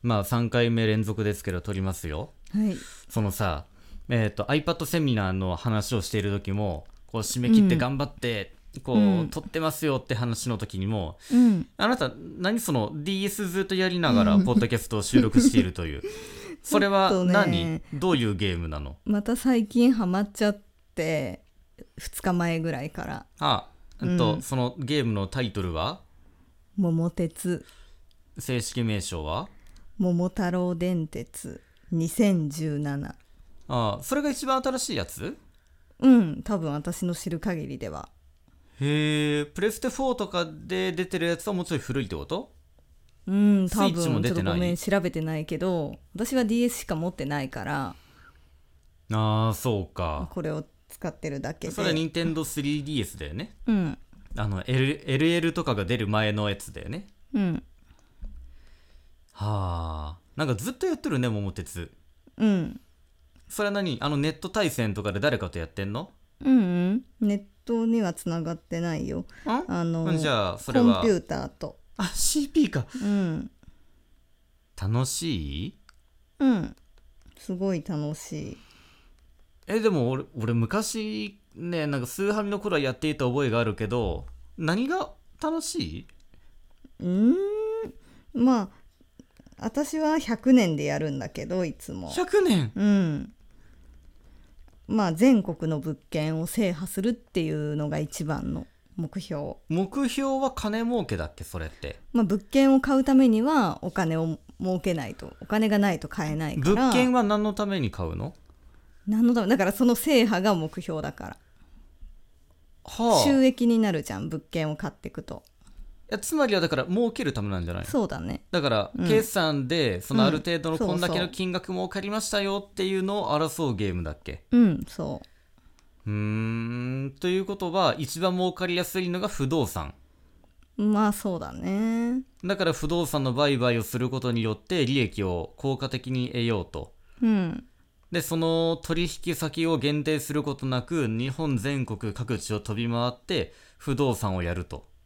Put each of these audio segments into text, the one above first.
まあ3回目連続ですけど撮りますよ。 はい。 そのさ、iPad セミナーの話をしている時も、こう締め切って頑張って、撮ってますよって話の時にも、あなた何その DS ずっとやりながらポッドキャストを収録しているというそれは何、どういうゲームなの？ また最近ハマっちゃって2日前ぐらいから。 そのゲームのタイトルは？ 桃鉄。 正式名称は？ 桃太郎電鉄2017。 それが一番新しいやつ？ 多分私の知る限りでは。 へえ、プレステ4とかで出てるやつはもうちょい古いってこと？ 多分スイッチも出てない？ ちょっとごめん調べてないけど、私は DS しか持ってないから。 そうか。 これを使ってるだけで。 それは任天堂 3DS だよね。LL とかが出る前のやつだよね。なんかずっとやってるね、桃鉄。それは何？ネット対戦とかで誰かとやってんの？ ネットにはつながってないよ。 じゃあそれはコンピューターと。 CP か。楽しい？ すごい楽しい。でも俺昔ね、なんかスーハミの頃はやっていた覚えがあるけど、何が楽しい？ まあ私は100年でやるんだけど、いつも 100年。 まあ全国の物件を制覇するっていうのが一番の目標。 目標は金儲けだっけ、それって？ 物件を買うためにはお金を儲けないと、お金がないと買えないから。 物件は何のために買うの？ 何のためだから、その制覇が目標だから。収益になるじゃん、物件を買っていくと。 つまりはだから儲けるためなんじゃないの？ そうだね。 だから、決算でそのある程度のこんだけの金額儲かりましたよっていうのを争うゲームだっけ？ そう。 ということは一番儲かりやすいのが不動産。 まあそうだね。 だから不動産の売買をすることによって利益を効果的に得ようと。でその取引先を限定することなく日本全国各地を飛び回って不動産をやると。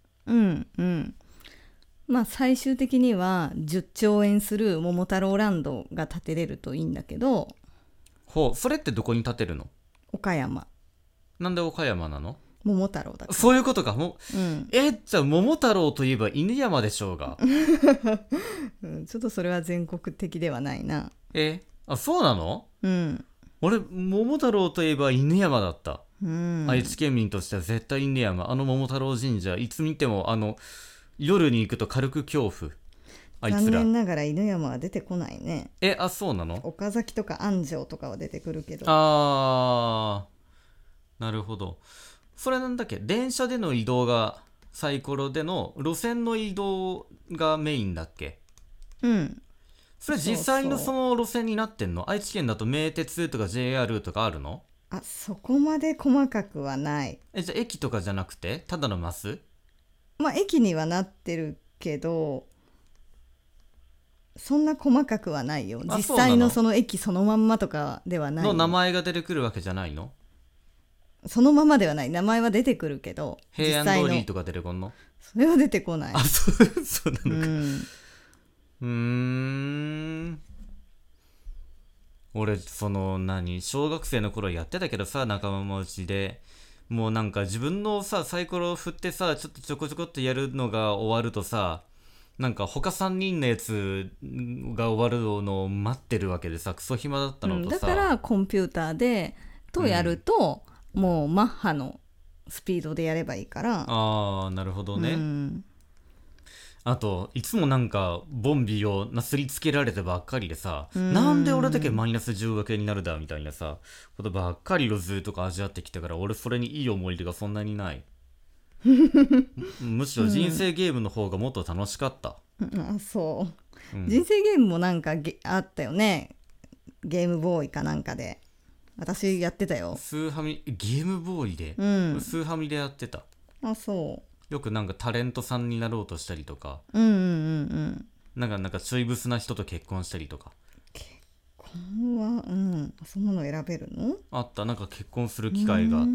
まあ最終的には10兆円する桃太郎ランドが建てれるといいんだけど。 それってどこに建てるの？ 岡山。 なんで岡山なの？ 桃太郎だから。 そういうことか。じゃあ桃太郎といえば犬山でしょうが。 ちょっとそれは全国的ではないな。 そうなの？俺桃太郎といえば犬山だった。愛知県民としては絶対犬山。桃太郎神社いつ見ても夜に行くと軽く恐怖。 残念ながら犬山は出てこないね。 そうなの？ 岡崎とか安城とかは出てくるけど。 なるほど。それなんだっけ、電車での移動がサイコロでの路線の移動がメインだっけ？それ実際のその路線になってんの？愛知県だと名鉄とか JR とかあるの？ そこまで細かくはない。 じゃあ駅とかじゃなくてただのマス？ 駅にはなってるけどそんな細かくはないよ。実際のその駅そのまんまとかではないの名前が出てくるわけじゃないの？ そのままではない。名前は出てくるけど平安通りとか出てこんの？ それは出てこない。 そうなのか。俺小学生の頃やってたけどさ、仲間もうちでもうなんか自分のさサイコロを振ってさちょっとちょこちょこってやるのが終わるとさ、なんか他3人のやつが終わるのを待ってるわけでさ、クソ暇だったのとさ、 だからコンピューターでやると、もうマッハのスピードでやればいいから。 なるほどね。あといつもなんかボンビをなすりつけられてばっかりでさ、なんで俺だけマイナス10分けになるだみたいなさことばっかりをずっと味わってきたから、俺それにいい思い出がそんなにないむしろ人生ゲームの方がもっと楽しかった。 そう、人生ゲームもなんかあったよね。ゲームボーイかなんかで私やってたよ。 スーハミゲームボーイで、スーハミでやってた。 そう。 よくなんかタレントさんになろうとしたりとか、なんかちょいブスな人と結婚したりとか。 結婚はそんなの選べるの？ あった。なんか結婚する機会があって。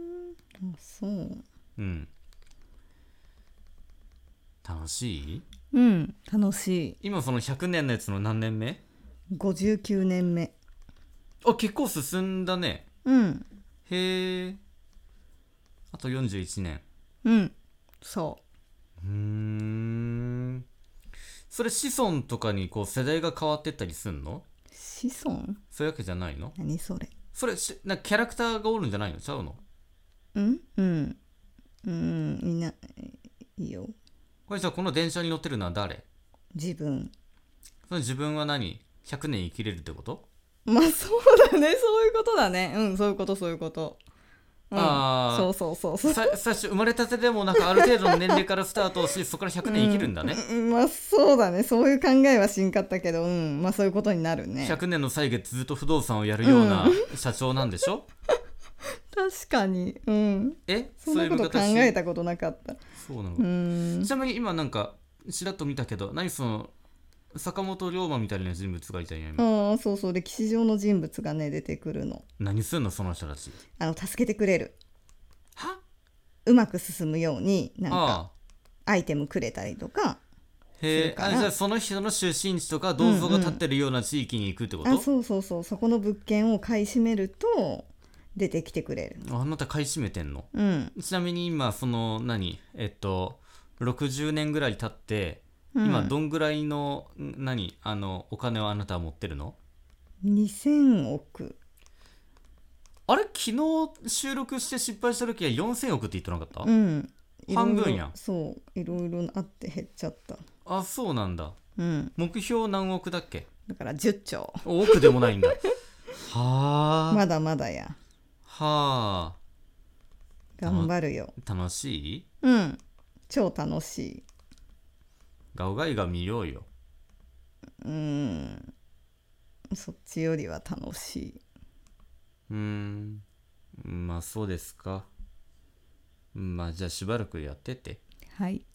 そう。 楽しい？ うん楽し今その100年のやつの何年目？ い。59年目。 あ、結構進んだね。 うんへえ。あと41年。 うんそうーん。それ子孫とかにこう世代が変わってったりすんの？ 子孫。 そういうわけじゃないの？ 何それ。 それなんかキャラクターがおるんじゃないの？ちゃうの？ みんないいよ。 これじゃあこの電車に乗ってるのは誰？ 自分。 その自分は何？ 100 年生きれるってこと？ まあそうだね、そういうことだね。そういうことそういうこと。 ああ、 そう最初生まれたてでもなんかある程度の年齢からスタートをし、そこから100年生きるんだね。 まあそうだね、そういう考えはしんかったけど、まあそういうことになるね。 100年の歳月ずっと不動産をやるような社長なんでしょ？ 確かにそんなこと考えたことなかった。 そうなの。ちなみに今なんかちらっと見たけど、何その坂本龍馬みたいな人物がいたんや今。 そうそう、歴史上の人物がね出てくるの。 何すんのその人たち？ 助けてくれる。 は？ うまく進むようになんかアイテムくれたりとかすへえ。 るから。 じゃあその人の出身地とか銅像が建ってるような地域に行くってこと？ そうそうそう、そこの物件を買い占めると出てきてくれる。 あなた買い占めてんの？ うんちなみに今その60年ぐらい経って今どんぐらいのお金をあなたは持ってるの？ 2000億。 あれ昨日収録して失敗した時は4000億って言ってなかった？半分やん。 そういろいろあって減っちゃった。 あ、そうなんだ。目標何億だっけ？ だから10兆。 億でもないんだ。はあ。 まだまだや。 はあ。 頑張るよ。 楽しい？ 超楽しい。 ガオガイが見ようよ。 そっちよりは楽しい。 まあそうですか。まあじゃあしばらくやってて。 はい。